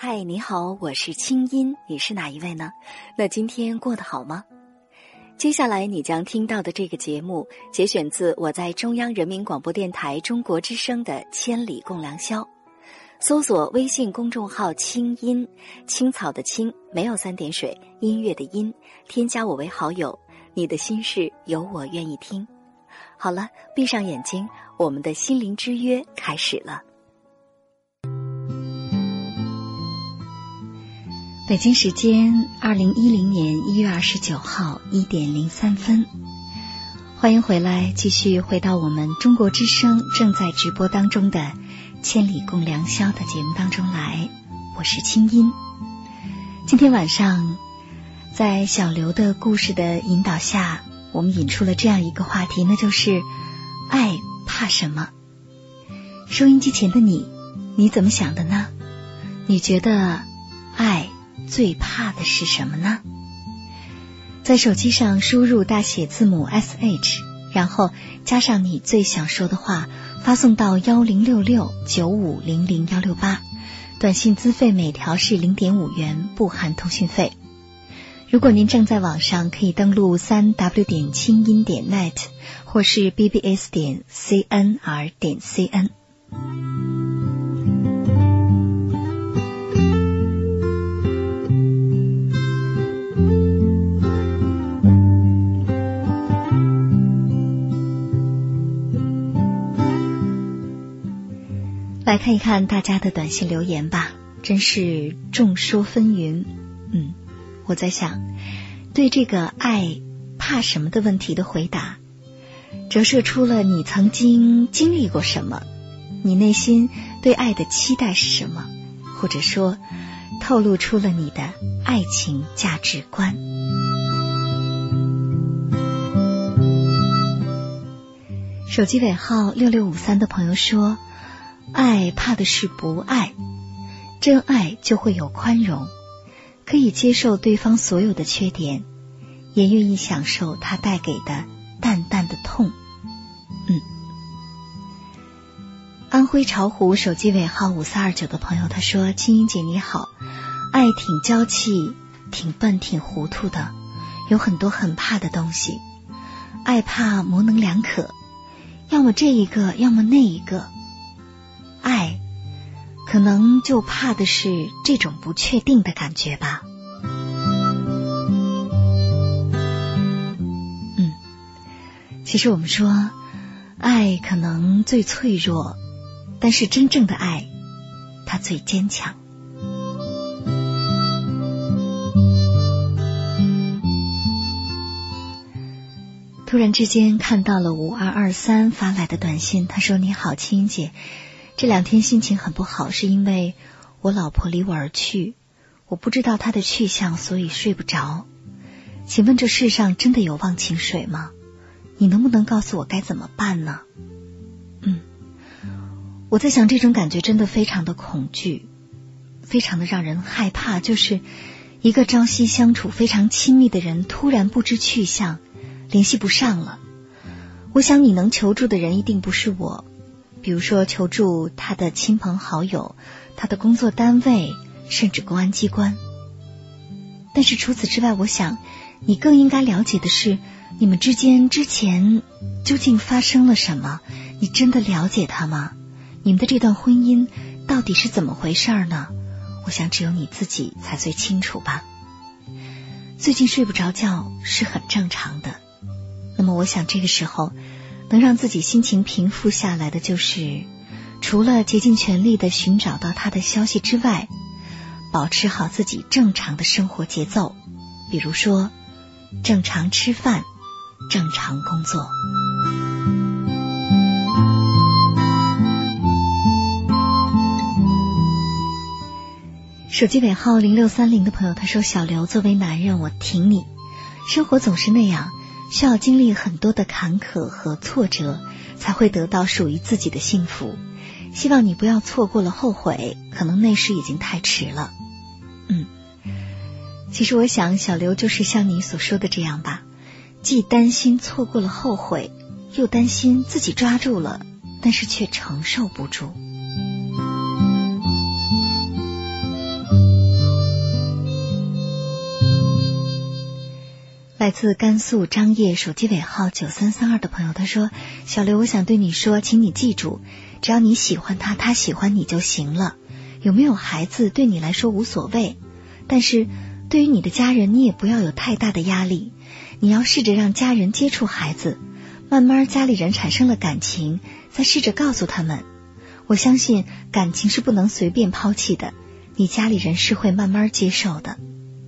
嗨，你好，我是清音，你是哪一位呢？那今天过得好吗？接下来你将听到的这个节目节选自我在中央人民广播电台中国之声的《千里共良宵》，搜索微信公众号清音，青草的青，没有3点水，音乐的音，添加我为好友，你的心事有我愿意听。好了，闭上眼睛，我们的心灵之约开始了。北京时间2010年1月29号1点03分，欢迎回来，继续回到我们中国之声正在直播当中的千里共良宵的节目当中来，我是清音。今天晚上在小刘的故事的引导下，我们引出了这样一个话题，那就是爱怕什么？收音机前的你怎么想的呢？你觉得爱最怕的是什么呢？在手机上输入大写字母 SH， 然后加上你最想说的话，发送到106695000168，短信资费每条是 0.5 元，不含通讯费。如果您正在网上，可以登录 3w 清音.net 或是 bbs.cnr.cn。来看一看大家的短信留言吧，真是众说纷纭。我在想，对这个爱怕什么的问题的回答，折射出了你曾经经历过什么，你内心对爱的期待是什么，或者说透露出了你的爱情价值观。手机尾号6653的朋友说，爱怕的是不爱，真爱就会有宽容，可以接受对方所有的缺点，也愿意享受他带给的淡淡的痛。安徽巢湖手机尾号5429的朋友他说，青音姐你好，爱挺娇气，挺笨，挺糊涂的，有很多很怕的东西，爱怕模棱两可，要么这一个，要么那一个。爱可能就怕的是这种不确定的感觉吧。其实我们说爱可能最脆弱，但是真正的爱它最坚强。突然之间看到了5223发来的短信，他说，你好青音姐，这2天心情很不好，是因为我老婆离我而去，我不知道她的去向，所以睡不着。请问这世上真的有忘情水吗？你能不能告诉我该怎么办呢？我在想，这种感觉真的非常的恐惧，非常的让人害怕，就是一个朝夕相处非常亲密的人突然不知去向，联系不上了。我想你能求助的人一定不是我，比如说求助他的亲朋好友，他的工作单位，甚至公安机关。但是除此之外，我想你更应该了解的是，你们之间之前究竟发生了什么？你真的了解他吗？你们的这段婚姻到底是怎么回事呢？我想只有你自己才最清楚吧。最近睡不着觉是很正常的，那么我想这个时候能让自己心情平复下来的，就是除了竭尽全力的寻找到他的消息之外，保持好自己正常的生活节奏，比如说正常吃饭，正常工作。手机尾号0630的朋友他说，小刘，作为男人我挺你，生活总是那样，需要经历很多的坎坷和挫折，才会得到属于自己的幸福，希望你不要错过了后悔，可能那时已经太迟了。其实我想小刘就是像你所说的这样吧，既担心错过了后悔，又担心自己抓住了，但是却承受不住。 来自甘肃张掖手机尾号9332的朋友，他说，小刘，我想对你说，请你记住，只要你喜欢他，他喜欢你就行了。有没有孩子对你来说无所谓，但是对于你的家人，你也不要有太大的压力。你要试着让家人接触孩子，慢慢家里人产生了感情，再试着告诉他们。我相信感情是不能随便抛弃的，你家里人是会慢慢接受的。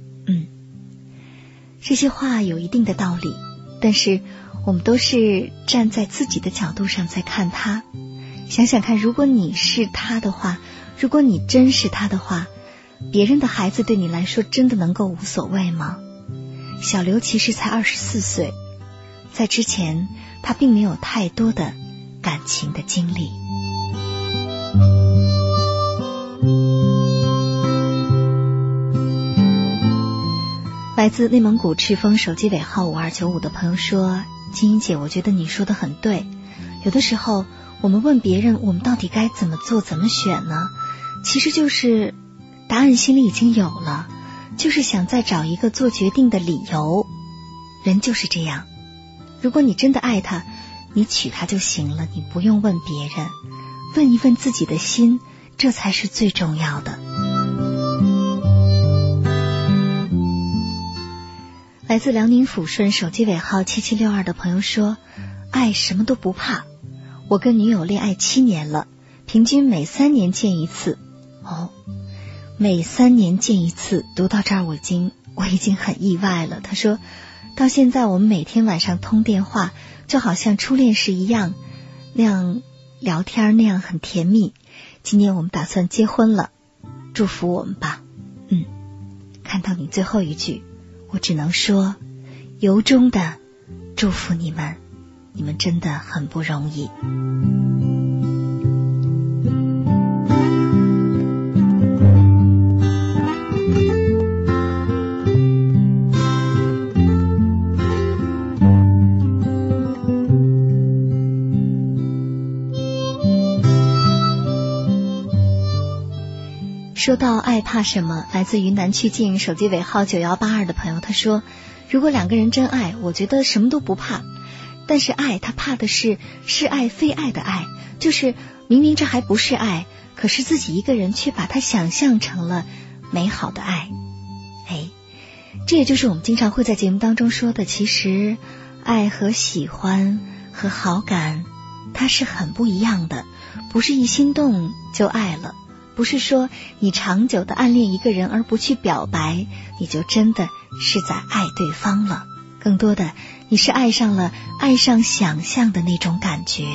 这些话有一定的道理，但是我们都是站在自己的角度上在看他。想想看，如果你是他的话，如果你真是他的话，别人的孩子对你来说真的能够无所谓吗？小刘其实才24岁，在之前他并没有太多的感情的经历。来自内蒙古赤峰手机尾号5295的朋友说，金英姐，我觉得你说的很对，有的时候我们问别人我们到底该怎么做怎么选呢，其实就是答案心里已经有了，就是想再找一个做决定的理由。人就是这样，如果你真的爱他，你娶他就行了，你不用问别人，问一问自己的心，这才是最重要的。来自辽宁抚顺手机尾号7762的朋友说，爱什么都不怕，我跟女友恋爱7年了，平均每3年见一次。每3年见一次，读到这儿我已经很意外了。他说到现在我们每天晚上通电话，就好像初恋时一样，那样聊天，那样很甜蜜。今年我们打算结婚了，祝福我们吧。看到你最后一句，我只能说由衷的祝福你们，你们真的很不容易。说到爱怕什么，来自云南曲靖手机尾号9182的朋友，他说，如果2个人真爱，我觉得什么都不怕，但是爱他怕的是爱非爱的爱，就是明明这还不是爱，可是自己一个人却把它想象成了美好的爱。这也就是我们经常会在节目当中说的，其实爱和喜欢和好感它是很不一样的，不是一心动就爱了，不是说你长久的暗恋一个人而不去表白，你就真的是在爱对方了，更多的你是爱上想象的那种感觉。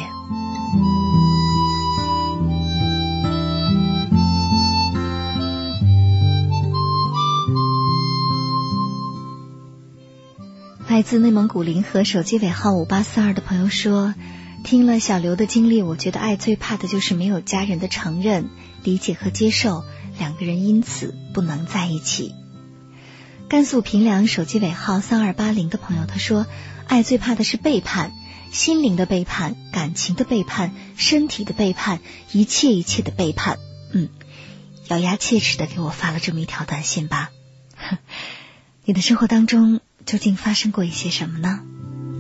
来自内蒙古临河手机尾号5842的朋友说，听了小刘的经历，我觉得爱最怕的就是没有家人的承认、理解和接受，2个人因此不能在一起。甘肃平凉手机尾号3280的朋友他说，爱最怕的是背叛，心灵的背叛，感情的背叛，身体的背叛，一切的背叛。咬牙切齿的给我发了这么一条短信吧。你的生活当中究竟发生过一些什么呢？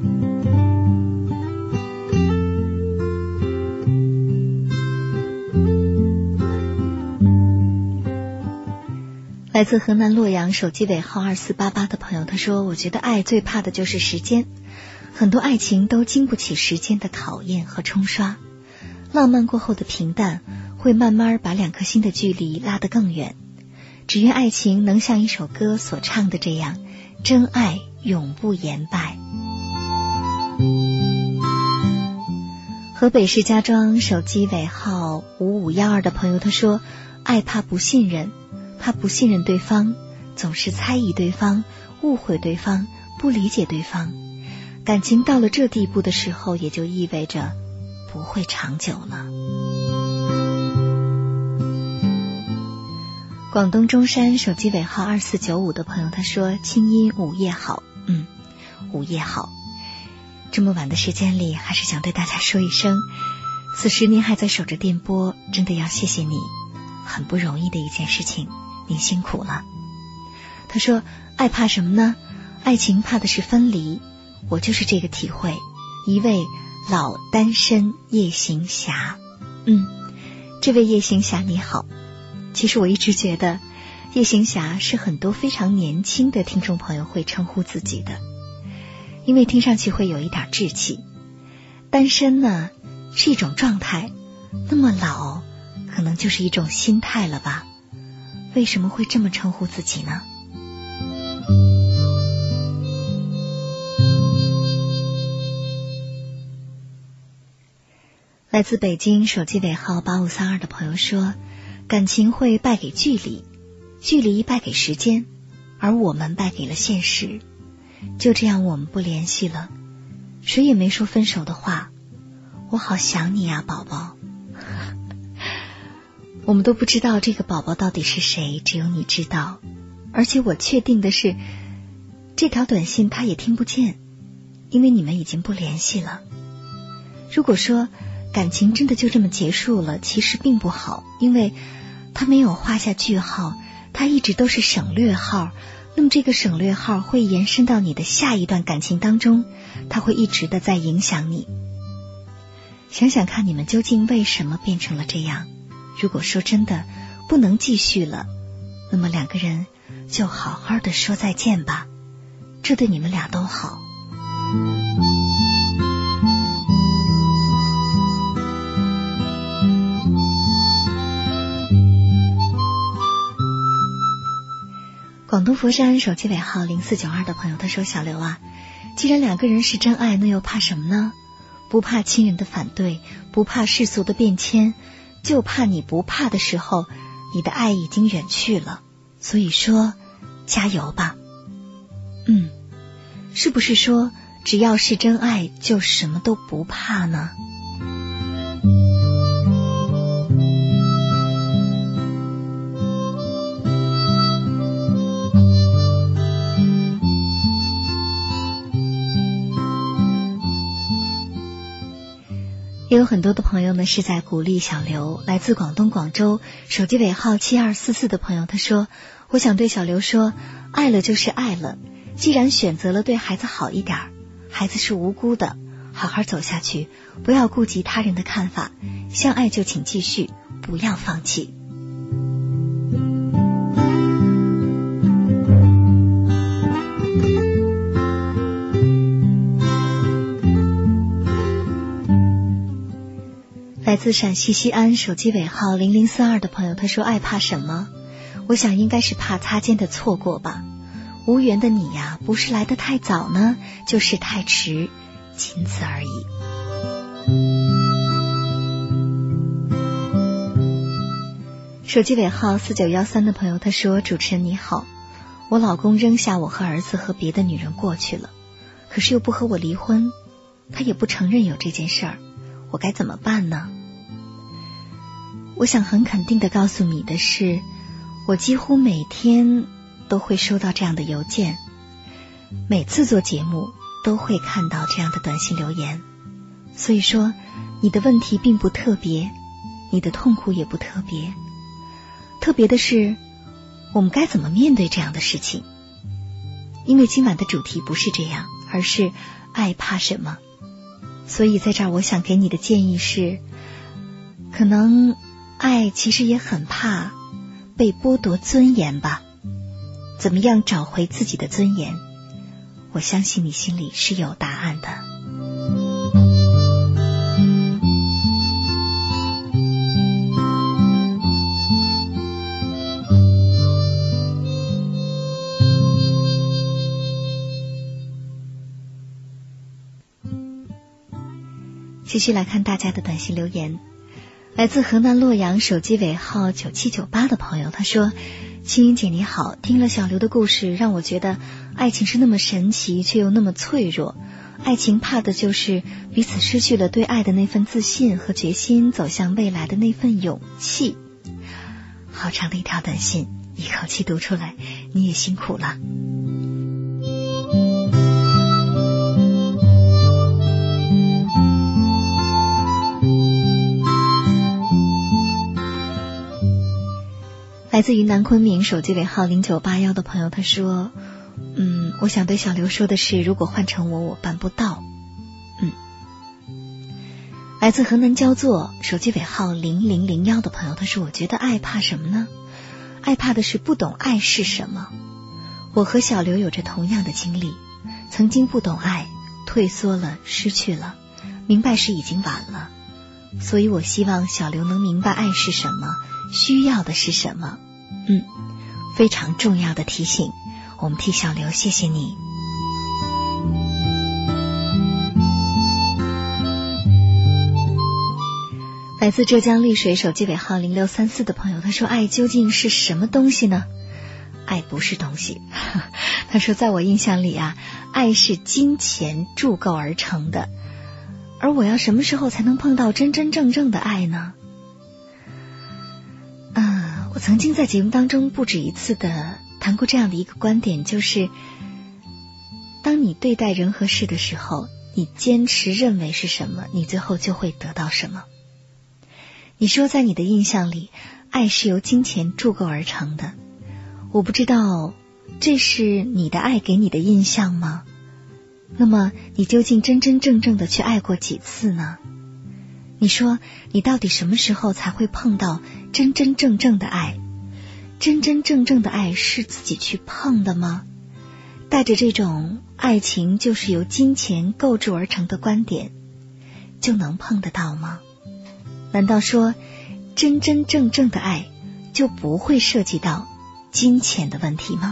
来自河南洛阳手机尾号2488的朋友他说，我觉得爱最怕的就是时间，很多爱情都经不起时间的考验和冲刷，浪漫过后的平淡会慢慢把2颗心的距离拉得更远，只愿爱情能像一首歌所唱的这样，真爱永不言败。河北石家庄手机尾号5512的朋友他说，爱怕不信任，怕不信任对方，总是猜疑对方，误会对方，不理解对方，感情到了这地步的时候，也就意味着不会长久了。广东中山手机尾号2495的朋友他说，清音午夜好。午夜好，这么晚的时间里，还是想对大家说一声，此时您还在守着电波，真的要谢谢你，很不容易的一件事情，您辛苦了。他说，爱怕什么呢？ 爱情怕的是分离，我就是这个体会。一位老单身夜行侠。这位夜行侠你好。其实我一直觉得夜行侠是很多非常年轻的听众朋友会称呼自己的，因为听上去会有一点稚气。单身呢是一种状态，那么老可能就是一种心态了吧？为什么会这么称呼自己呢？来自北京手机尾号8532的朋友说，感情会败给距离，距离败给时间，而我们败给了现实。就这样我们不联系了，谁也没说分手的话。我好想你啊，宝宝。我们都不知道这个宝宝到底是谁，只有你知道。而且我确定的是，这条短信他也听不见，因为你们已经不联系了。如果说感情真的就这么结束了，其实并不好，因为他没有画下句号，他一直都是省略号。那么这个省略号会延伸到你的下一段感情当中，它会一直的在影响你。想想看，你们究竟为什么变成了这样？如果说真的不能继续了，那么两个人就好好的说再见吧，这对你们俩都好。广东佛山手机尾号0492的朋友他说，小刘啊，既然两个人是真爱，那又怕什么呢？不怕亲人的反对，不怕世俗的变迁，就怕你不怕的时候，你的爱已经远去了。所以说加油吧。是不是说只要是真爱就什么都不怕呢？也有很多的朋友呢是在鼓励小刘。来自广东广州手机尾号7244的朋友他说，我想对小刘说，爱了就是爱了，既然选择了对孩子好一点，孩子是无辜的，好好走下去，不要顾及他人的看法，相爱就请继续，不要放弃。来自陕西西安手机尾号0042的朋友他说，爱怕什么？我想应该是怕擦肩的错过吧。无缘的你呀，不是来得太早呢，就是太迟，仅此而已。手机尾号4913的朋友他说，主持人你好，我老公扔下我和儿子和别的女人过去了，可是又不和我离婚，他也不承认有这件事儿，我该怎么办呢？我想很肯定的告诉你的是，我几乎每天都会收到这样的邮件，每次做节目都会看到这样的短信留言。所以说你的问题并不特别，你的痛苦也不特别，特别的是我们该怎么面对这样的事情。因为今晚的主题不是这样，而是爱怕什么。所以在这儿我想给你的建议是，可能爱其实也很怕被剥夺尊严吧。怎么样找回自己的尊严？我相信你心里是有答案的。继续来看大家的短信留言。来自河南洛阳手机尾号9798的朋友他说，青云姐你好，听了小刘的故事，让我觉得爱情是那么神奇却又那么脆弱，爱情怕的就是彼此失去了对爱的那份自信和决心，走向未来的那份勇气。好长的一条短信，一口气读出来，你也辛苦了。来自云南昆明手机尾号0981的朋友他说， 我想对小刘说的是，如果换成我办不到。来自河南焦作手机尾号0001的朋友，他说，我觉得爱怕什么呢？爱怕的是不懂爱是什么。我和小刘有着同样的经历，曾经不懂爱，退缩了，失去了，明白时已经晚了。所以我希望小刘能明白爱是什么，需要的是什么。非常重要的提醒，我们替小刘谢谢你。来自浙江丽水手机尾号0634的朋友，他说，爱究竟是什么东西呢？爱不是东西。他说，在我印象里啊，爱是金钱铸构而成的，而我要什么时候才能碰到真真正正的爱呢？我曾经在节目当中不止一次的谈过这样的一个观点，就是当你对待人和事的时候，你坚持认为是什么，你最后就会得到什么。你说在你的印象里，爱是由金钱铸构而成的，我不知道这是你的爱给你的印象吗？那么你究竟真真正正的去爱过几次呢？你说你到底什么时候才会碰到真真正正的爱？真真正正的爱是自己去碰的吗？带着这种爱情就是由金钱构筑而成的观点，就能碰得到吗？难道说真真正正的爱就不会涉及到金钱的问题吗？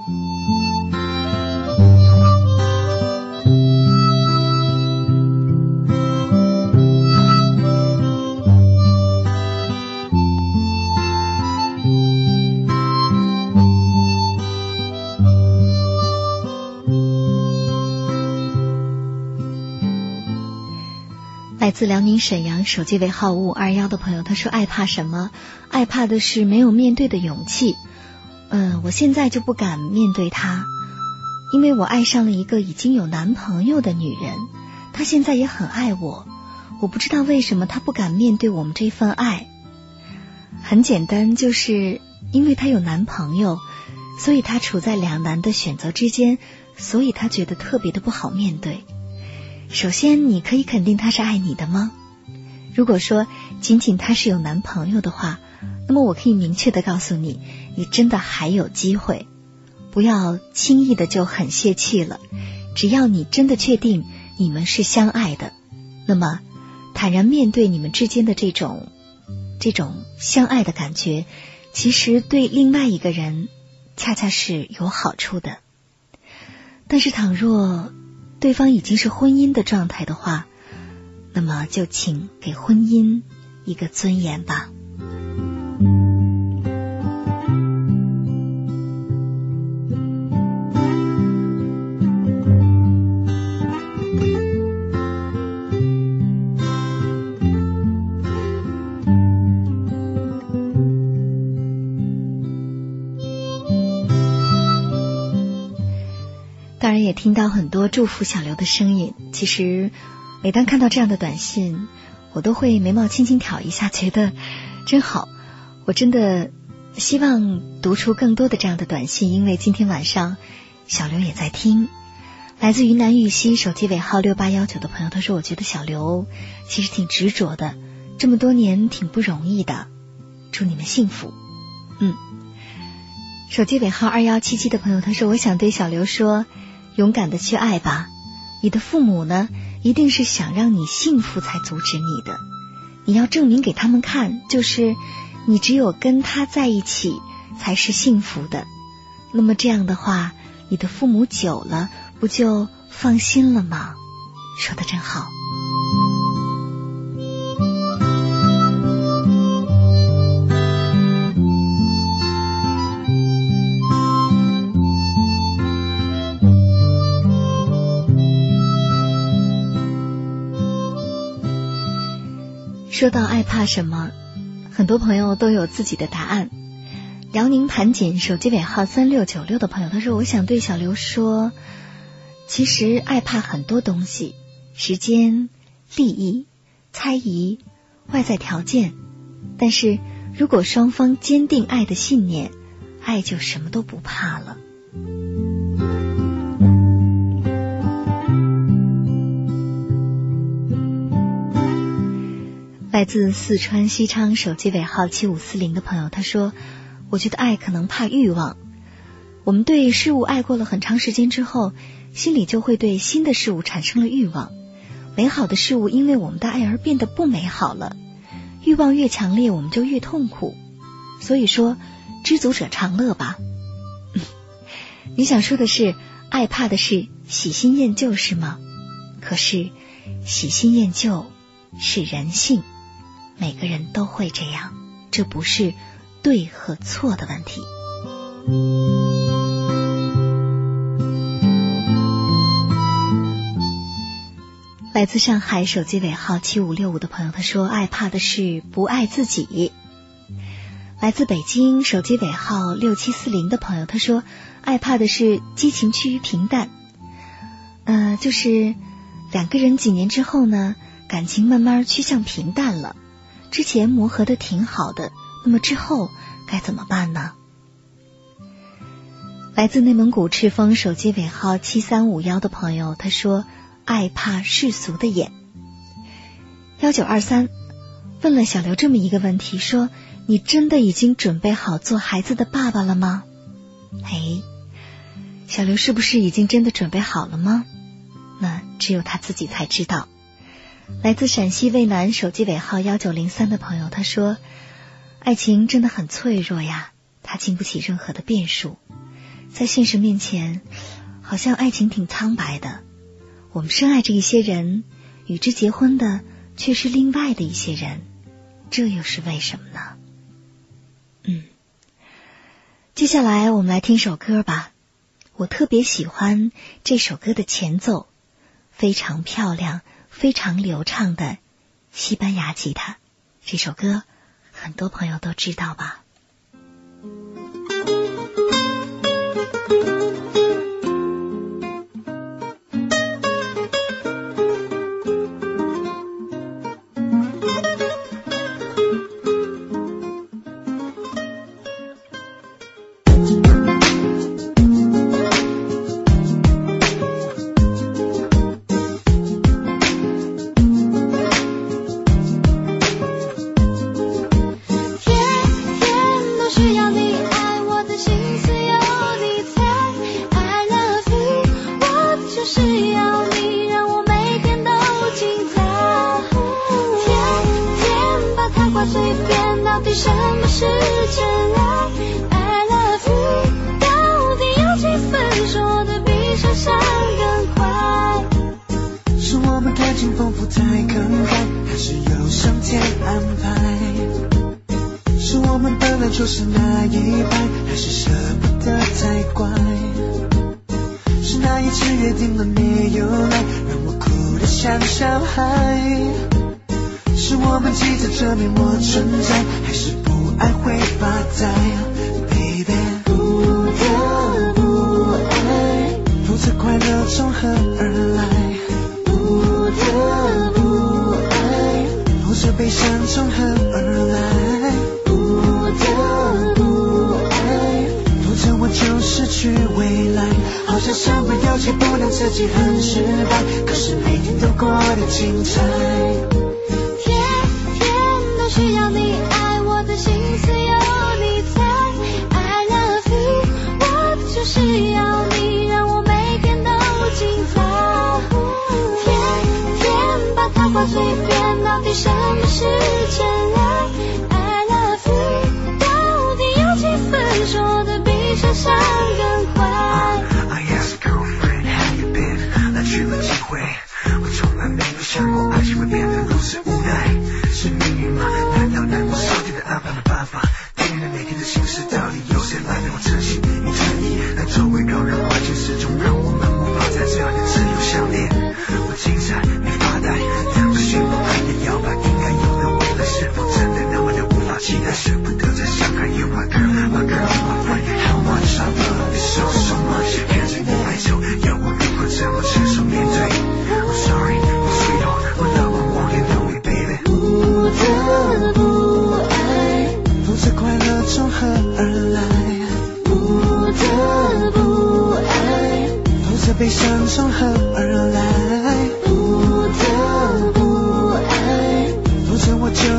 来自辽宁沈阳手机尾号5521的朋友，他说，爱怕什么？爱怕的是没有面对的勇气。我现在就不敢面对他，因为我爱上了一个已经有男朋友的女人，她现在也很爱我，我不知道为什么她不敢面对我们这份爱。很简单，就是因为她有男朋友，所以她处在两难的选择之间，所以她觉得特别的不好面对。首先，你可以肯定他是爱你的吗？如果说仅仅他是有男朋友的话，那么我可以明确的告诉你，你真的还有机会，不要轻易的就很泄气了。只要你真的确定你们是相爱的，那么坦然面对你们之间的这种相爱的感觉，其实对另外一个人恰恰是有好处的。但是倘若对方已经是婚姻的状态的话，那么就请给婚姻一个尊严吧。当然也听到很多祝福小刘的声音，其实每当看到这样的短信，我都会眉毛轻轻挑一下，觉得真好。我真的希望读出更多的这样的短信，因为今天晚上小刘也在听。来自云南玉溪手机尾号6819的朋友，他说，我觉得小刘其实挺执着的，这么多年挺不容易的，祝你们幸福。手机尾号2177的朋友，他说，我想对小刘说，勇敢的去爱吧，你的父母呢，一定是想让你幸福才阻止你的，你要证明给他们看，就是你只有跟他在一起才是幸福的。那么这样的话，你的父母久了不就放心了吗？说得真好。说到爱怕什么，很多朋友都有自己的答案。辽宁盘锦手机尾号3696的朋友，他说，我想对小刘说，其实爱怕很多东西，时间、利益、猜疑、外在条件，但是如果双方坚定爱的信念，爱就什么都不怕了。 来自四川西昌手机尾号7540的朋友，他说，我觉得爱可能怕欲望，我们对事物爱过了很长时间之后，心里就会对新的事物产生了欲望，美好的事物因为我们的爱而变得不美好了，欲望越强烈我们就越痛苦，所以说知足者常乐吧。你想说的是爱怕的是喜新厌旧是吗？可是喜新厌旧是人性，每个人都会这样，这不是对和错的问题。来自上海手机尾号7565的朋友，他说爱怕的是不爱自己。来自北京手机尾号6740的朋友，他说爱怕的是激情趋于平淡。就是两个人几年之后呢，感情慢慢趋向平淡了，之前磨合的挺好的，那么之后该怎么办呢？来自内蒙古赤峰手机尾号7351的朋友，他说爱怕世俗的眼。1923问了小刘这么一个问题，说你真的已经准备好做孩子的爸爸了吗？小刘是不是已经真的准备好了吗？那只有他自己才知道。来自陕西渭南手机尾号1903的朋友，他说爱情真的很脆弱呀，它经不起任何的变数，在现实面前好像爱情挺苍白的，我们深爱着一些人，与之结婚的却是另外的一些人，这又是为什么呢？接下来我们来听首歌吧，我特别喜欢这首歌的前奏，非常漂亮非常流畅的西班牙吉他，这首歌很多朋友都知道吧。 就是那一半，还是舍不得才怪？是那一次约定了没有来，让我哭得像小孩？是我们急着证明我存在，还是不爱会发呆 ？Baby， 不得不爱，否则快乐从何而来？不得不爱，否则悲伤从何而来？就失去未来，好像身不由己，不能自己很失败，可是每天都过得精彩。天天都需要你爱，我的心思有你猜。I love you， 我就是要你，让我每天都精彩。天天把它挂嘴边，到底什么是真爱 ？I love you， 到底有几分说的想象更快。I asked girlfriend how you been， 来去了几回，我从来没有想过爱情会变得如此无奈，是命运吗？难道能够上天的安排的办法？定了每天的心事，到底有谁来陪我珍惜你诚意？那周围扰人环境始终让我们无法在这里自由相恋。我精彩，你发呆，两个心不爱的摇摆，应该有的未来是否真的那么的无法期待？舍不得再伤害 You my girl my girl my friend。I love you so much， 看着你哀愁，要我如何怎么承受面对 I'm sorry I'm sweet我love I want you know me baby。 不得不爱，否则快乐从何而来？不得不爱，否则悲伤从何而来？不得不爱，否则我就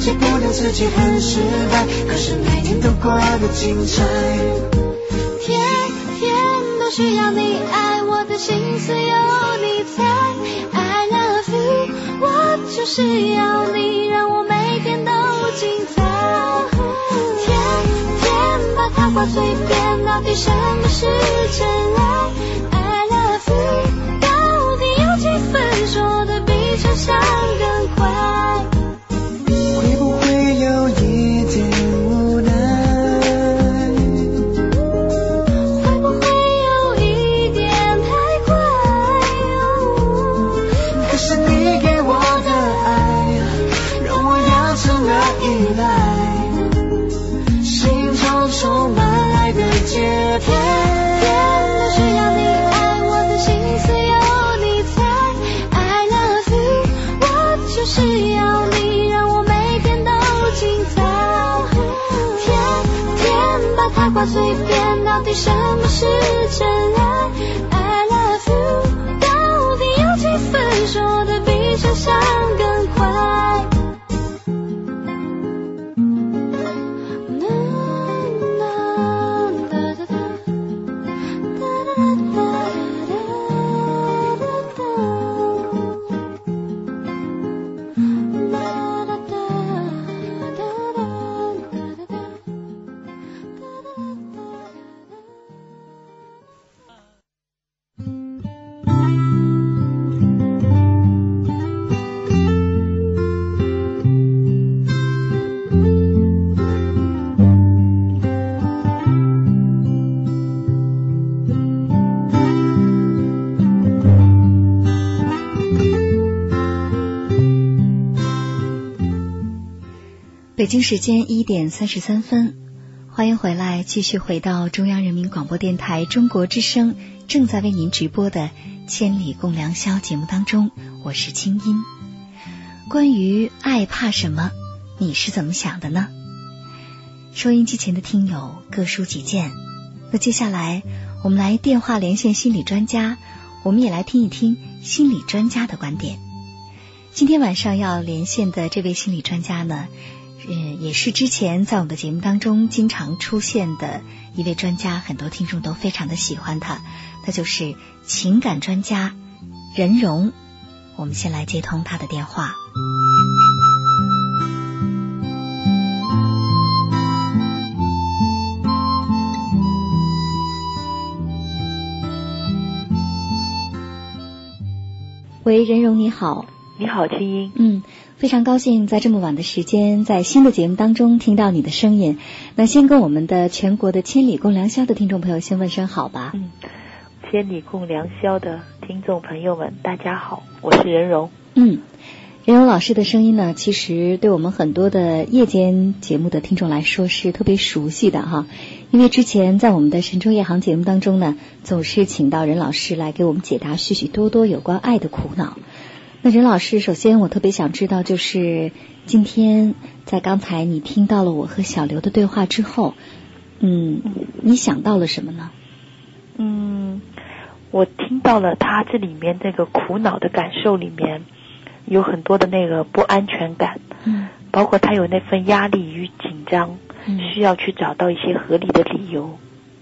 戒不了自己很失败，可是每天都过得精彩。天天都需要你爱，我的心思有你猜。I love you， 我就是要你，让我每天都精彩。天天把它挂嘴边，到底什么是真爱？ I love you， 到底有几分说的比想象更快？会不会有一点无奈？会不会有一点太快？可是你给我的爱，让我养成了依赖，心中充满爱的节拍。天都需要你爱，我的心思有你猜。I love you， 我就是要你，让我每天都精彩。天天把它挂嘴边，到底什么是真爱？ I love you， 到底有几分说的比想象更快？ 北京时间1点33分，欢迎回来，继续回到中央人民广播电台中国之声正在为您直播的千里共良宵节目当中，我是清音。关于爱怕什么，你是怎么想的呢？收音机前的听友各抒己见。那接下来我们来电话连线心理专家，我们也来听一听心理专家的观点。今天晚上要连线的这位心理专家呢，也是之前在我们的节目当中经常出现的一位专家，很多听众都非常的喜欢他，那就是情感专家任荣。我们先来接通他的电话。喂，任荣你好。 你好，青音。 非常高兴在这么晚的时间，在新的节目当中听到你的声音。那先跟我们的全国的千里共良宵的听众朋友先问声好吧。 千里共良宵的听众朋友们，大家好，我是任荣。 任荣老师的声音呢，其实对我们很多的夜间节目的听众来说是特别熟悉的哈，因为之前在我们的神州夜航节目当中呢，总是请到任老师来给我们解答许许多多有关爱的苦恼。那任老师，首先我特别想知道，就是今天在刚才你听到了我和小刘的对话之后，你想到了什么呢？ 我听到了他这里面这个苦恼的感受里面有很多的那个不安全感，包括他有那份压力与紧张，需要去找到一些合理的理由，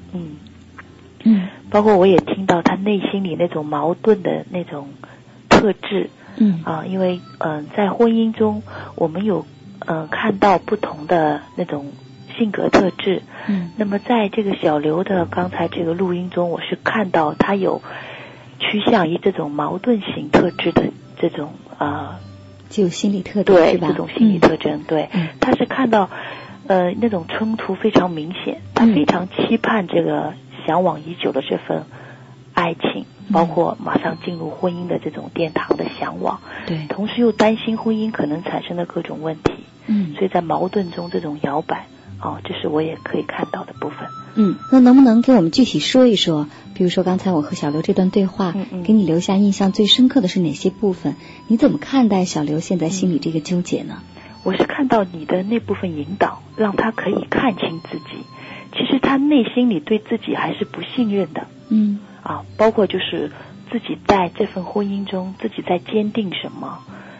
包括我也听到他内心里那种矛盾的那种特质。因为在婚姻中我们有看到不同的那种性格特质，那么在这个小刘的刚才这个录音中，我是看到他有趋向于这种矛盾型特质的这种就心理特征， 对， 是吧？ 这种心理特征，对，他是看到那种冲突非常明显，他非常期盼这个向往已久的这份爱情，包括马上进入婚姻的这种殿堂的向往， 对， 同时又担心婚姻可能产生的各种问题，所以在矛盾中这种摇摆，这是我也可以看到的部分。 那能不能给我们具体说一说，比如说刚才我和小刘这段对话，给你留下印象最深刻的是哪些部分？你怎么看待小刘现在心里这个纠结呢？ 我是看到你的那部分引导，让他可以看清自己，其实他内心里对自己还是不信任的，包括就是自己在这份婚姻中自己在坚定什么，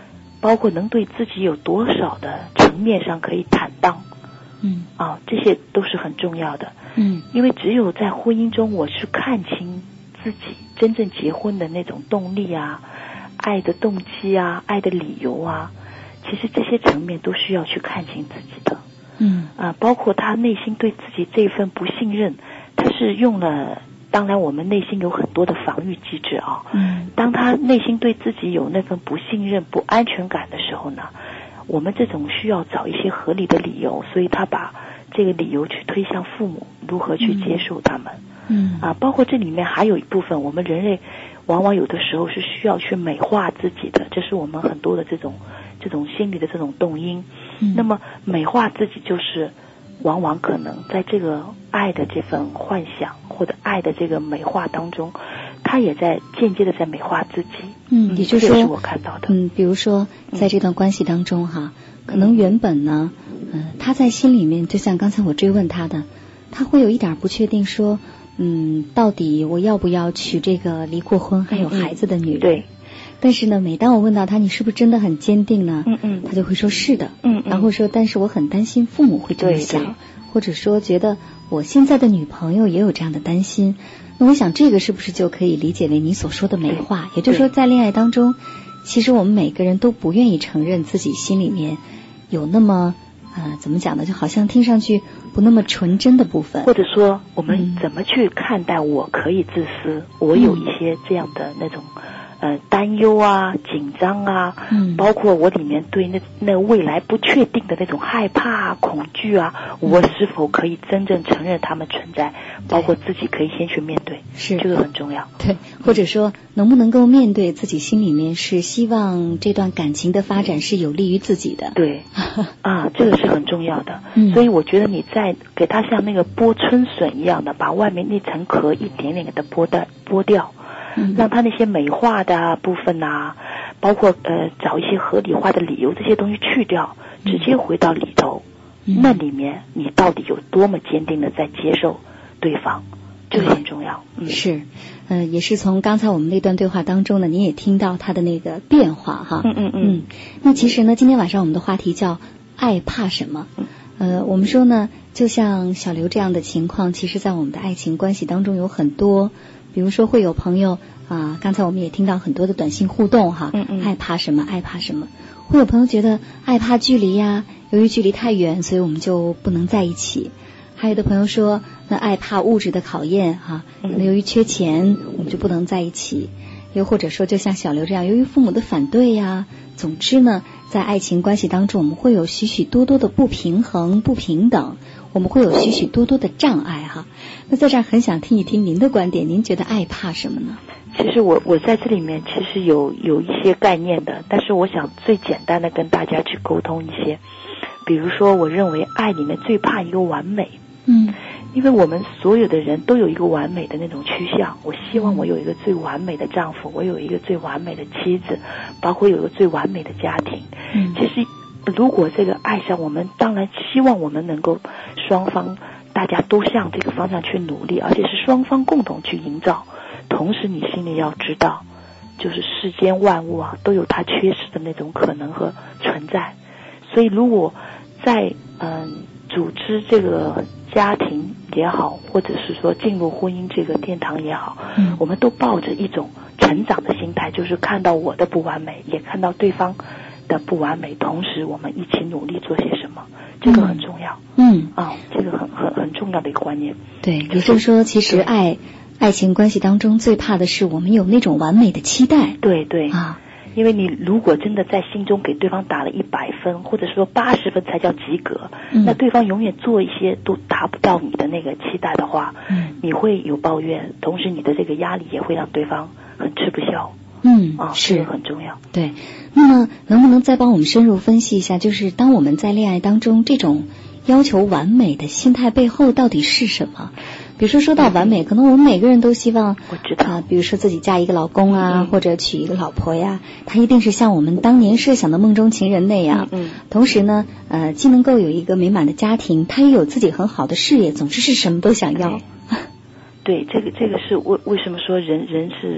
包括能对自己有多少的层面上可以坦荡，这些都是很重要的。因为只有在婚姻中，我去看清自己真正结婚的那种动力啊、爱的动机啊、爱的理由啊，其实这些层面都需要去看清自己的。包括他内心对自己这份不信任，他是用了，当然我们内心有很多的防御机制啊。当他内心对自己有那份不信任、不安全感的时候呢，我们这种需要找一些合理的理由，所以他把这个理由去推向父母，如何去接受他们。包括这里面还有一部分，我们人类往往有的时候是需要去美化自己的，这是我们很多的这种心理的这种动因。那么美化自己就是往往可能在这个爱的这份幻想或者爱的这个美化当中，他也在间接的在美化自己。 也就是说， 这是我看到的。 比如说在这段关系当中可能原本呢，他在心里面，就像刚才我追问他的，他会有一点不确定说，到底我要不要娶这个离过婚还有孩子的女人？对。但是呢，每当我问到他你是不是真的很坚定呢？他就会说是的。然后说，但是我很担心父母会这么想，或者说觉得我现在的女朋友也有这样的担心。那我想这个是不是就可以理解为你所说的美化？也就是说，在恋爱当中，其实我们每个人都不愿意承认自己心里面有那么怎么讲呢？就好像听上去不那么纯真的部分， 或者说我们怎么去看待我可以自私，我有一些这样的那种担忧啊、紧张啊，包括我里面对那未来不确定的那种害怕啊、恐惧啊，我是否可以真正承认它们存在，包括自己可以先去面对， 是这个很重要。 对，或者说能不能够面对自己心里面是希望这段感情的发展是有利于自己的。 对这个是很重要的。所以我觉得你在给它像那个剥春笋一样的，把外面那层壳一点点给它剥掉。让他那些美化的部分包括找一些合理化的理由，这些东西去掉，直接回到里头。那里面你到底有多么坚定的在接受对方，这个很重要。 是，也是从刚才我们那段对话当中呢，你也听到他的那个变化哈。那其实呢，今天晚上我们的话题叫爱怕什么？我们说呢，就像小刘这样的情况，其实在我们的爱情关系当中有很多。比如说会有朋友刚才我们也听到很多的短信互动爱怕什么爱怕什么，会有朋友觉得爱怕距离呀，由于距离太远，所以我们就不能在一起。还有的朋友说那爱怕物质的考验由于缺钱我们就不能在一起。又或者说就像小刘这样，由于父母的反对呀，总之呢，在爱情关系当中我们会有许许多多的不平衡、不平等，我们会有许许多多的障碍那在这儿很想听一听您的观点，您觉得爱怕什么呢？ 其实我在这里面其实有一些概念的，但是我想最简单的跟大家去沟通一些。比如说我认为爱里面最怕一个完美。因为我们所有的人都有一个完美的那种趋向，我希望我有一个最完美的丈夫，我有一个最完美的妻子，包括有一个最完美的家庭。其实如果这个爱上，我们当然希望我们能够双方大家都向这个方向去努力，而且是双方共同去营造。同时你心里要知道，就是世间万物都有它缺失的那种可能和存在。所以如果在组织这个家庭也好，或者是说进入婚姻这个殿堂也好，我们都抱着一种成长的心态，就是看到我的不完美，也看到对方的不完美，同时我们一起努力做些什么，这个很重要。这个很重要的一个观念。 对，也就是说其实爱情关系当中最怕的是我们有那种完美的期待。 对因为你如果真的在心中给对方打了100分，或者说80分才叫及格，那对方永远做一些都达不到你的那个期待的话，你会有抱怨，同时你的这个压力也会让对方很吃不消。是这个很重要。 对，那么能不能再帮我们深入分析一下，就是当我们在恋爱当中这种要求完美的心态背后到底是什么？比如说到完美，可能我们每个人都希望， 我知道比如说自己嫁一个老公或者娶一个老婆呀，他一定是像我们当年设想的梦中情人那样。同时呢，既能够有一个美满的家庭，他也有自己很好的事业，总之是什么都想要。 对，这个是为什么说人是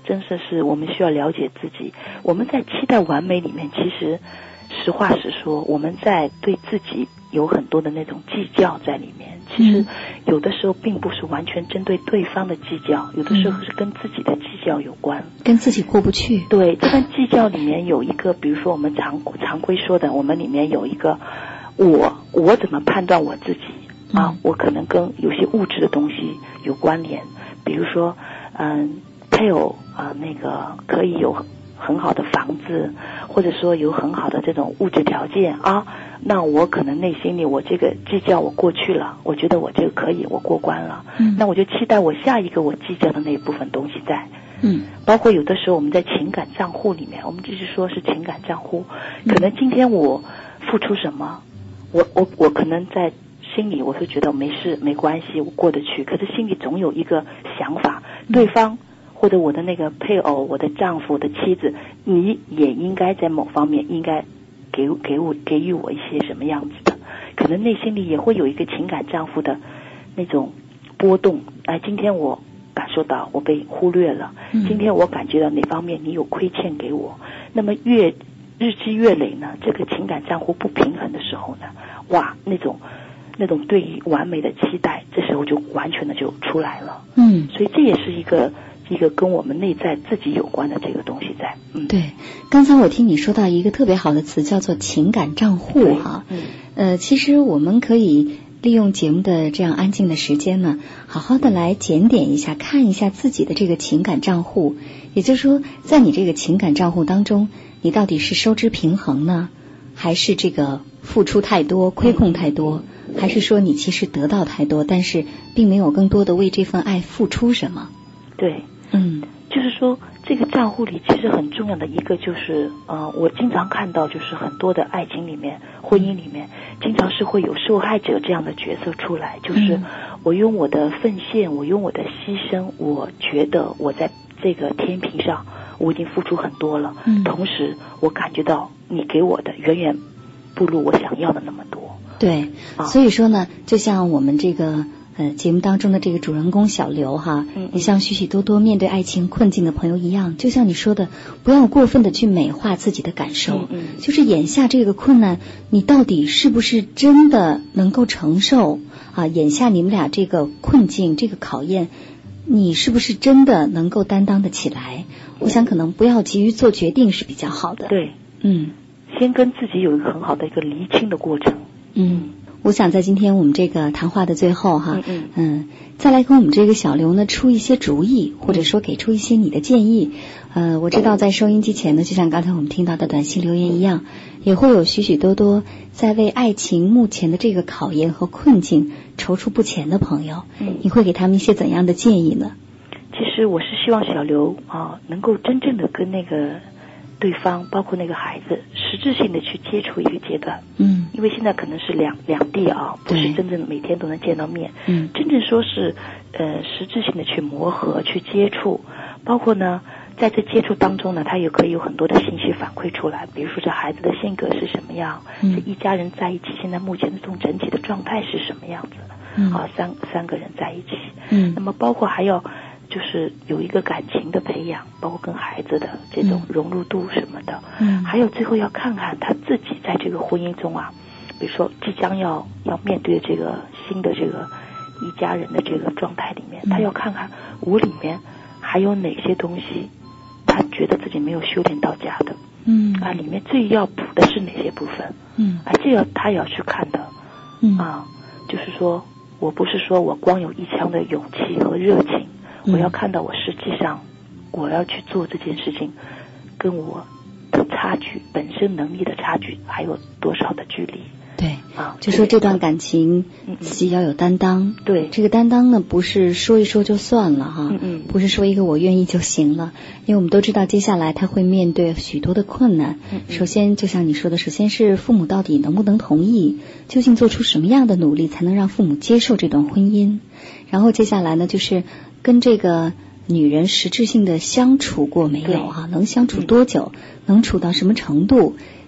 真是我们需要了解自己。我们在期待完美里面，其实实话实说，我们在对自己有很多的那种计较在里面。其实有的时候并不是完全针对对方的计较，有的时候是跟自己的计较有关， 跟自己过不去。 对，这份计较里面有一个，比如说我们常规说的，我们里面有一个我怎么判断我自己啊？我可能跟有些物质的东西有关联，比如说配偶那个可以有很好的房子，或者说有很好的这种物质条件啊，那我可能内心里我这个计较我过去了，我觉得我这个可以，我过关了，那我就期待我下一个我计较的那一部分东西在。包括有的时候我们在情感账户里面，我们就是说是情感账户，可能今天我付出什么，我可能在心里我是觉得没事没关系，我过得去，可是心里总有一个想法，对方或者我的那个配偶，我的丈夫，我的妻子，你也应该在某方面应该给予我一些什么样子的，可能内心里也会有一个情感账户的那种波动。今天我感受到我被忽略了，今天我感觉到哪方面你有亏欠给我，那么日积月累呢，这个情感账户不平衡的时候呢，哇，那种对于完美的期待，这时候就完全的就出来了。所以这也是一个跟我们内在自己有关的这个东西在。 对，刚才我听你说到一个特别好的词，叫做情感账户哈。其实我们可以利用节目的这样安静的时间呢，好好的来检点一下，看一下自己的这个情感账户。也就是说，在你这个情感账户当中，你到底是收支平衡呢，还是这个付出太多，亏空太多，还是说你其实得到太多，但是并没有更多的为这份爱付出什么？ 对，就是说这个账户里其实很重要的一个就是我经常看到就是很多的爱情里面婚姻里面经常是会有受害者这样的角色出来，就是我用我的奉献，我用我的牺牲，我觉得我在这个天平上我已经付出很多了，同时我感觉到你给我的远远不如我想要的那么多。 对，所以说呢，就像我们这个节目当中的这个主人公小刘哈，也像许许多多面对爱情困境的朋友一样，就像你说的，不要过分的去美化自己的感受，就是眼下这个困难，你到底是不是真的能够承受啊？眼下你们俩这个困境，这个考验，你是不是真的能够担当得起来？我想可能不要急于做决定是比较好的。 对，先跟自己有一个很好的一个厘清的过程。 我想在今天我们这个谈话的最后哈，再来跟我们这个小刘呢出一些主意，或者说给出一些你的建议。我知道在收音机前呢，就像刚才我们听到的短信留言一样，也会有许许多多在为爱情目前的这个考验和困境踌躇不前的朋友，你会给他们一些怎样的建议呢？ 其实我是希望小刘能够真正的跟那个对方，包括那个孩子，实质性的去接触一个阶段。因为现在可能是两地不是真正每天都能见到面。真正说是实质性的去磨合、去接触，包括呢，在这接触当中呢，他也可以有很多的信息反馈出来，比如说这孩子的性格是什么样，这一家人在一起现在目前的这种整体的状态是什么样子，三个人在一起。那么包括还要就是有一个感情的培养，包括跟孩子的这种融入度什么的，还有最后要看看他自己在这个婚姻中比如说即将要面对这个新的这个一家人的这个状态里面，他要看看我里面还有哪些东西他觉得自己没有修炼到家的，里面最要补的是哪些部分，这个他也要去看的，就是说我不是说我光有一腔的勇气和热情，我要看到我实际上我要去做这件事情跟我的差距，本身能力的差距还有多少的距离。 对，就说这段感情自己要有担当。 对， 这个担当呢，不是说一说就算了哈，不是说一个我愿意就行了，因为我们都知道接下来他会面对许多的困难。首先就像你说的，首先是父母到底能不能同意，究竟做出什么样的努力才能让父母接受这段婚姻，然后接下来呢，就是跟这个女人实质性的相处过没有能相处多久，能处到什么程度，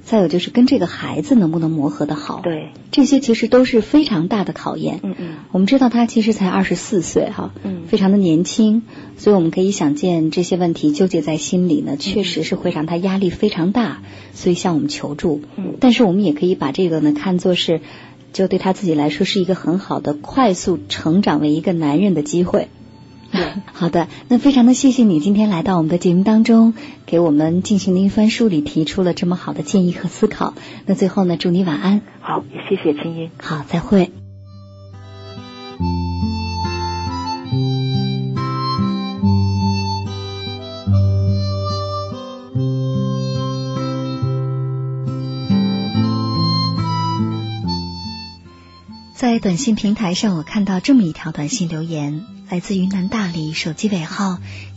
再有就是跟这个孩子能不能磨合得好。 对， 这些其实都是非常大的考验。我们知道他其实才24岁哈，非常的年轻，所以我们可以想见这些问题纠结在心里呢，确实是会让他压力非常大，所以向我们求助。但是我们也可以把这个呢看作是，就对他自己来说是一个很好的快速成长为一个男人的机会。好的，那非常的谢谢你今天来到我们的节目当中，给我们进行的一番梳理，提出了这么好的建议和思考。那最后呢，祝你晚安。 好，也谢谢青音。 好，再会。在短信平台上，我看到这么一条短信留言，来自云南大理，手机尾号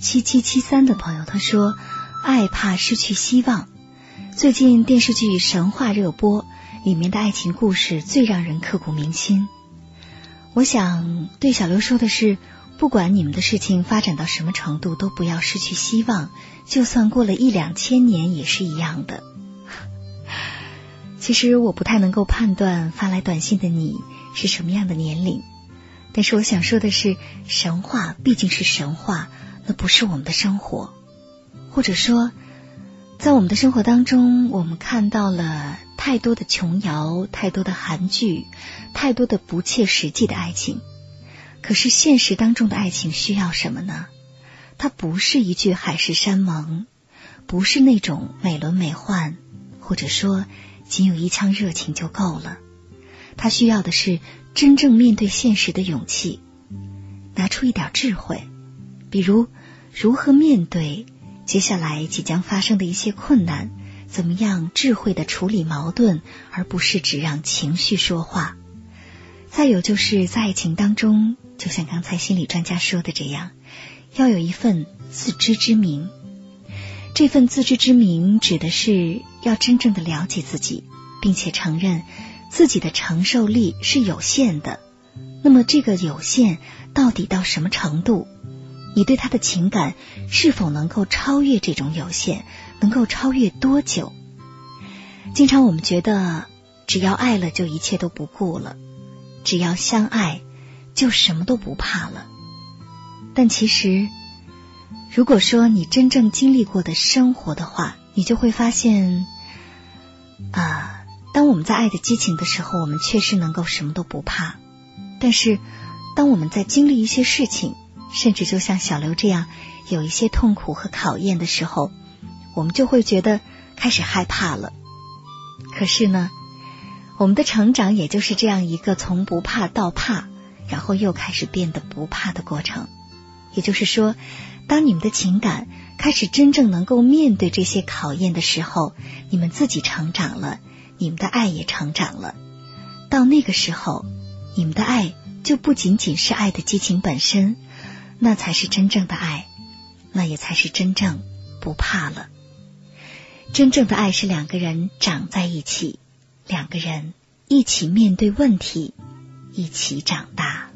7773的朋友，他说：爱怕失去希望。最近电视剧《神话》热播，里面的爱情故事最让人刻骨铭心。我想对小刘说的是，不管你们的事情发展到什么程度，都不要失去希望，就算过了1-2千年也是一样的。其实我不太能够判断发来短信的你是什么样的年龄，但是我想说的是，神话毕竟是神话，那不是我们的生活。或者说，在我们的生活当中，我们看到了太多的琼瑶，太多的韩剧，太多的不切实际的爱情。可是现实当中的爱情需要什么呢？它不是一句海誓山盟，不是那种美轮美奂，或者说仅有一腔热情就够了。他需要的是真正面对现实的勇气，拿出一点智慧，比如如何面对接下来即将发生的一些困难，怎么样智慧地处理矛盾，而不是只让情绪说话。再有就是在爱情当中，就像刚才心理专家说的这样，要有一份自知之明。这份自知之明指的是要真正的了解自己，并且承认自己的承受力是有限的。那么这个有限到底到什么程度？你对他的情感是否能够超越这种有限？能够超越多久？经常我们觉得只要爱了就一切都不顾了，只要相爱就什么都不怕了。但其实如果说你真正经历过的生活的话，你就会发现当我们在爱的激情的时候，我们确实能够什么都不怕。但是当我们在经历一些事情，甚至就像小刘这样有一些痛苦和考验的时候，我们就会觉得开始害怕了。可是呢，我们的成长也就是这样一个从不怕到怕，然后又开始变得不怕的过程。也就是说，当你们的情感开始真正能够面对这些考验的时候，你们自己成长了，你们的爱也成长了。到那个时候，你们的爱就不仅仅是爱的激情本身，那才是真正的爱，那也才是真正不怕了。真正的爱是两个人长在一起，两个人一起面对问题，一起长大。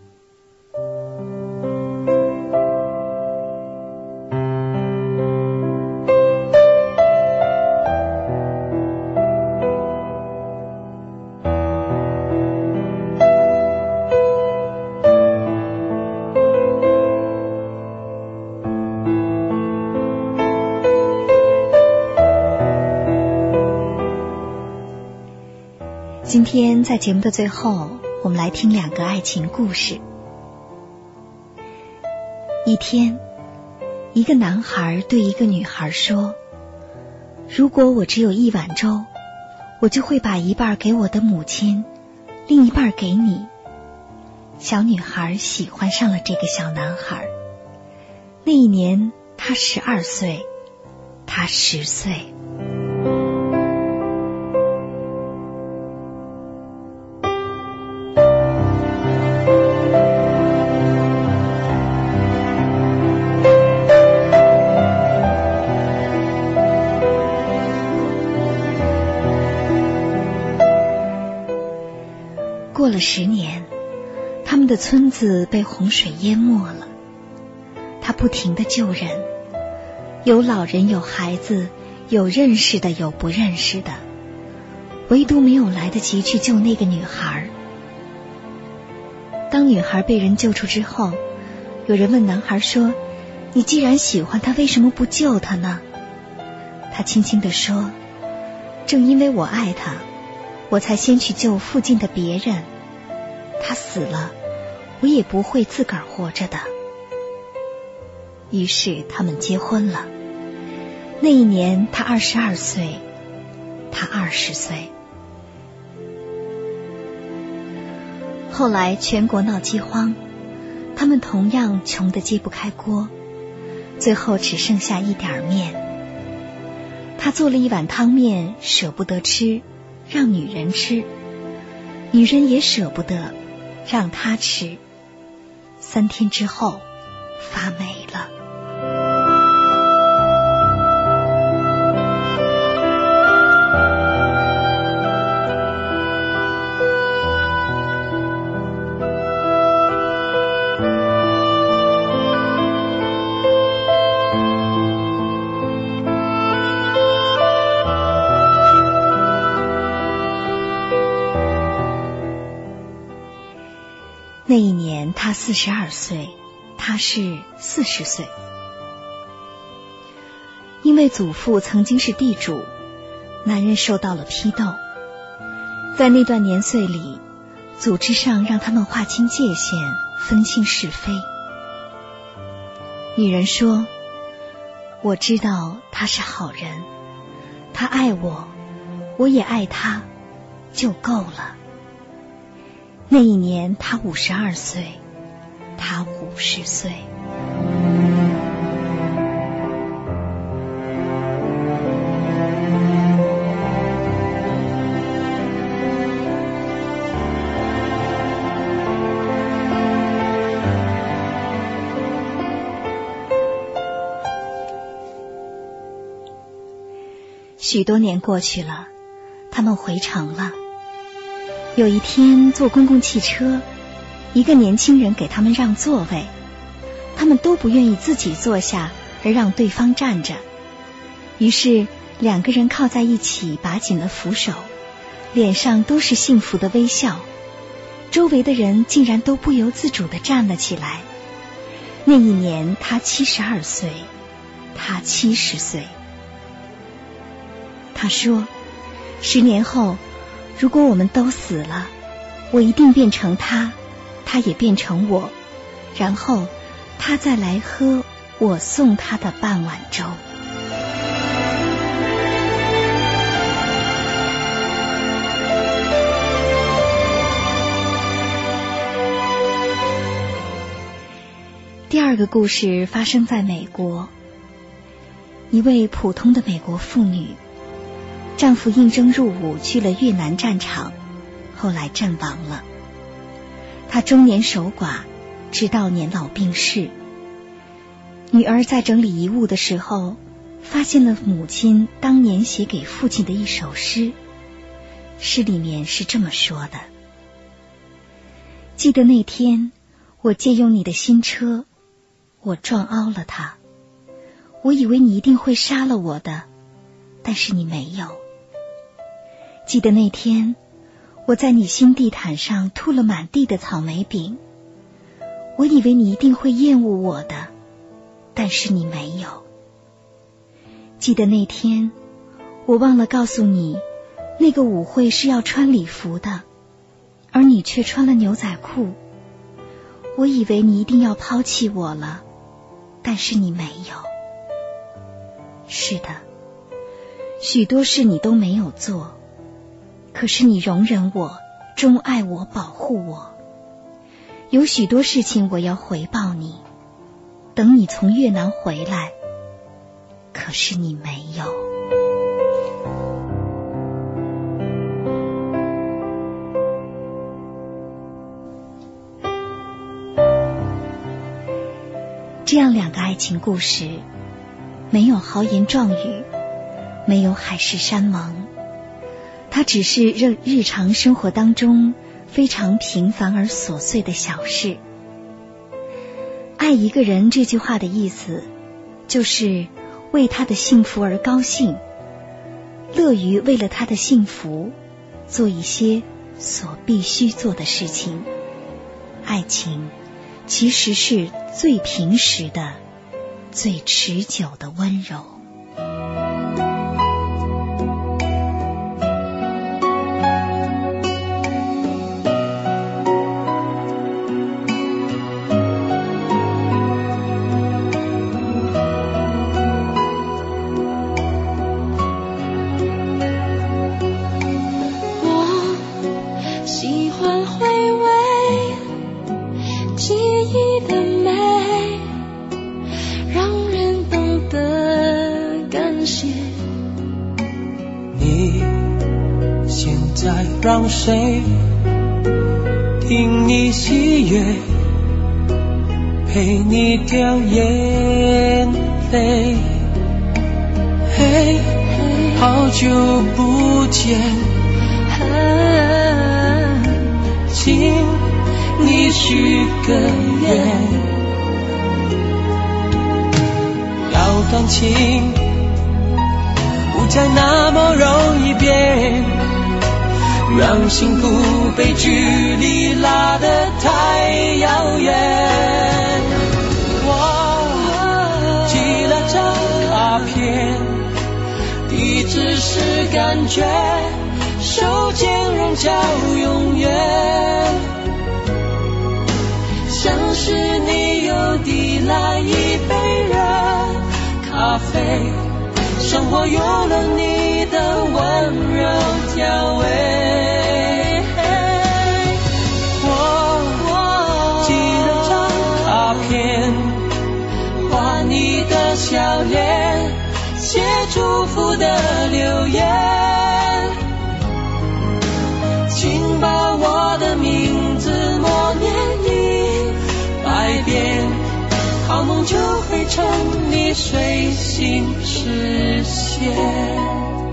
今天在节目的最后，我们来听2个爱情故事。一天，一个男孩对一个女孩说，如果我只有1碗粥，我就会把一半给我的母亲，另一半给你。小女孩喜欢上了这个小男孩。那一年他12岁，他10岁。过了10年，他们的村子被洪水淹没了。他不停地救人，有老人，有孩子，有认识的，有不认识的。 唯独没有来得及去救那个女孩。当女孩被人救出之后，有人问男孩说，你既然喜欢她，为什么不救她呢？他轻轻地说，正因为我爱她，我才先去救附近的别人，她死了，我也不会自个儿活着的。于是他们结婚了。那一年他22岁，他20岁。后来全国闹饥荒，他们同样穷得揭不开锅，最后只剩下一点面。他做了一碗汤面，舍不得吃，让女人吃，女人也舍不得，让他吃。3天之后发霉了。那一年他42岁，他是40岁。因为祖父曾经是地主，男人受到了批斗。在那段年岁里，组织上让他们划清界限，分清是非。女人说，我知道他是好人，他爱我，我也爱他，就够了。那一年他52岁，他50岁。许多年过去了，他们回城了。有一天坐公共汽车，一个年轻人给他们让座位，他们都不愿意自己坐下，而让对方站着。于是2个人靠在一起，把紧了扶手，脸上都是幸福的微笑。周围的人竟然都不由自主地站了起来。那一年他72岁，他70岁。他说，10年后如果我们都死了，我一定变成他，他也变成我，然后他再来喝我送他的半碗粥。第2个故事发生在美国，一位普通的美国妇女，丈夫应征入伍去了越南战场，后来阵亡了。她中年守寡，直到年老病逝。女儿在整理遗物的时候，发现了母亲当年写给父亲的一首诗，诗里面是这么说的：记得那天我借用你的新车，我撞凹了它，我以为你一定会杀了我的，但是你没有。记得那天我在你新地毯上吐了满地的草莓饼，我以为你一定会厌恶我的，但是你没有。记得那天我忘了告诉你，那个舞会是要穿礼服的，而你却穿了牛仔裤，我以为你一定要抛弃我了，但是你没有。是的，许多事你都没有做，可是你容忍我，钟爱我，保护我。有许多事情我要回报你，等你从越南回来，可是你没有。这样2个爱情故事，没有豪言壮语，没有海誓山盟，它只是日常生活当中非常平凡而琐碎的小事。爱一个人这句话的意思，就是为他的幸福而高兴，乐于为了他的幸福做一些所必须做的事情。爱情其实是最平实的、最持久的温柔。 让谁听你喜悦，陪你掉眼泪。嘿，好久不见，请你许个愿，要感情不再那么容易变，让幸福被距离拉得太遥远。我寄了张卡片，地址是感觉，手间仍叫永远。像是你又递来一杯热咖啡，生活有了你的温柔调味。你的笑脸，写祝福的留言，请把我的名字默念100遍，好梦就会趁你睡醒实现。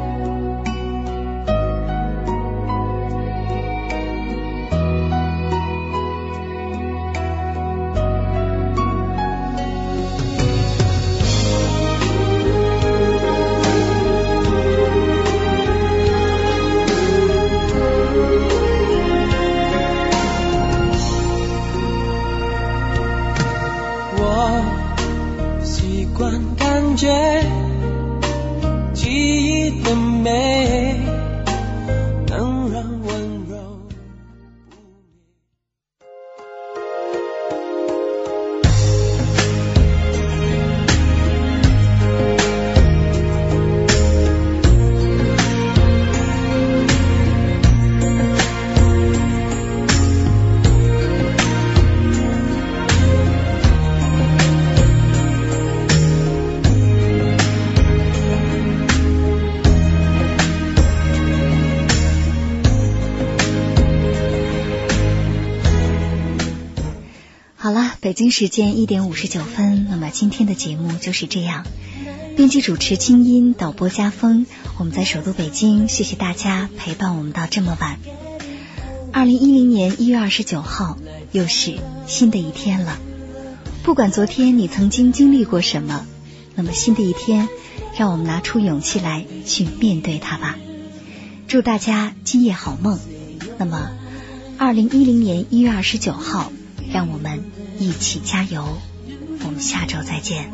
北京时间1点59分，那么今天的节目就是这样。编辑主持清音，导播家风，我们在首都北京，谢谢大家陪伴我们到这么晚。2010年1月29号，又是新的一天了。不管昨天你曾经经历过什么，那么新的一天，让我们拿出勇气来去面对它吧。祝大家今夜好梦。那么2010年1月29号，让我们一起加油，我们下周再见。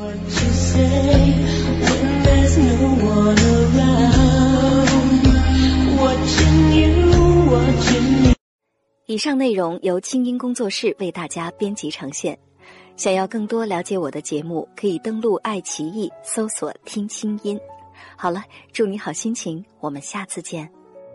以上内容由清音工作室为大家编辑呈现。想要更多了解我的节目，可以登录爱奇艺搜索听清音。好了，祝你好心情，我们下次见。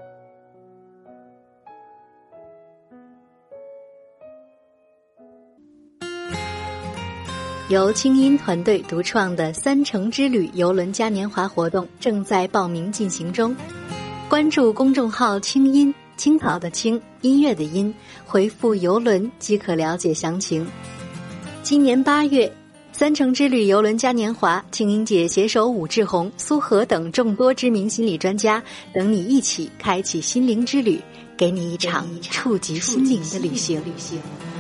由清音团队独创的3城之旅邮轮嘉年华活动正在报名进行中，关注公众号清音，青草的青，音乐的音，回复邮轮即可了解详情。今年8月，3城之旅邮轮嘉年华，清音姐携手武志红、苏荷等众多知名心理专家，等你一起开启心灵之旅，给你一场触及心灵的旅行。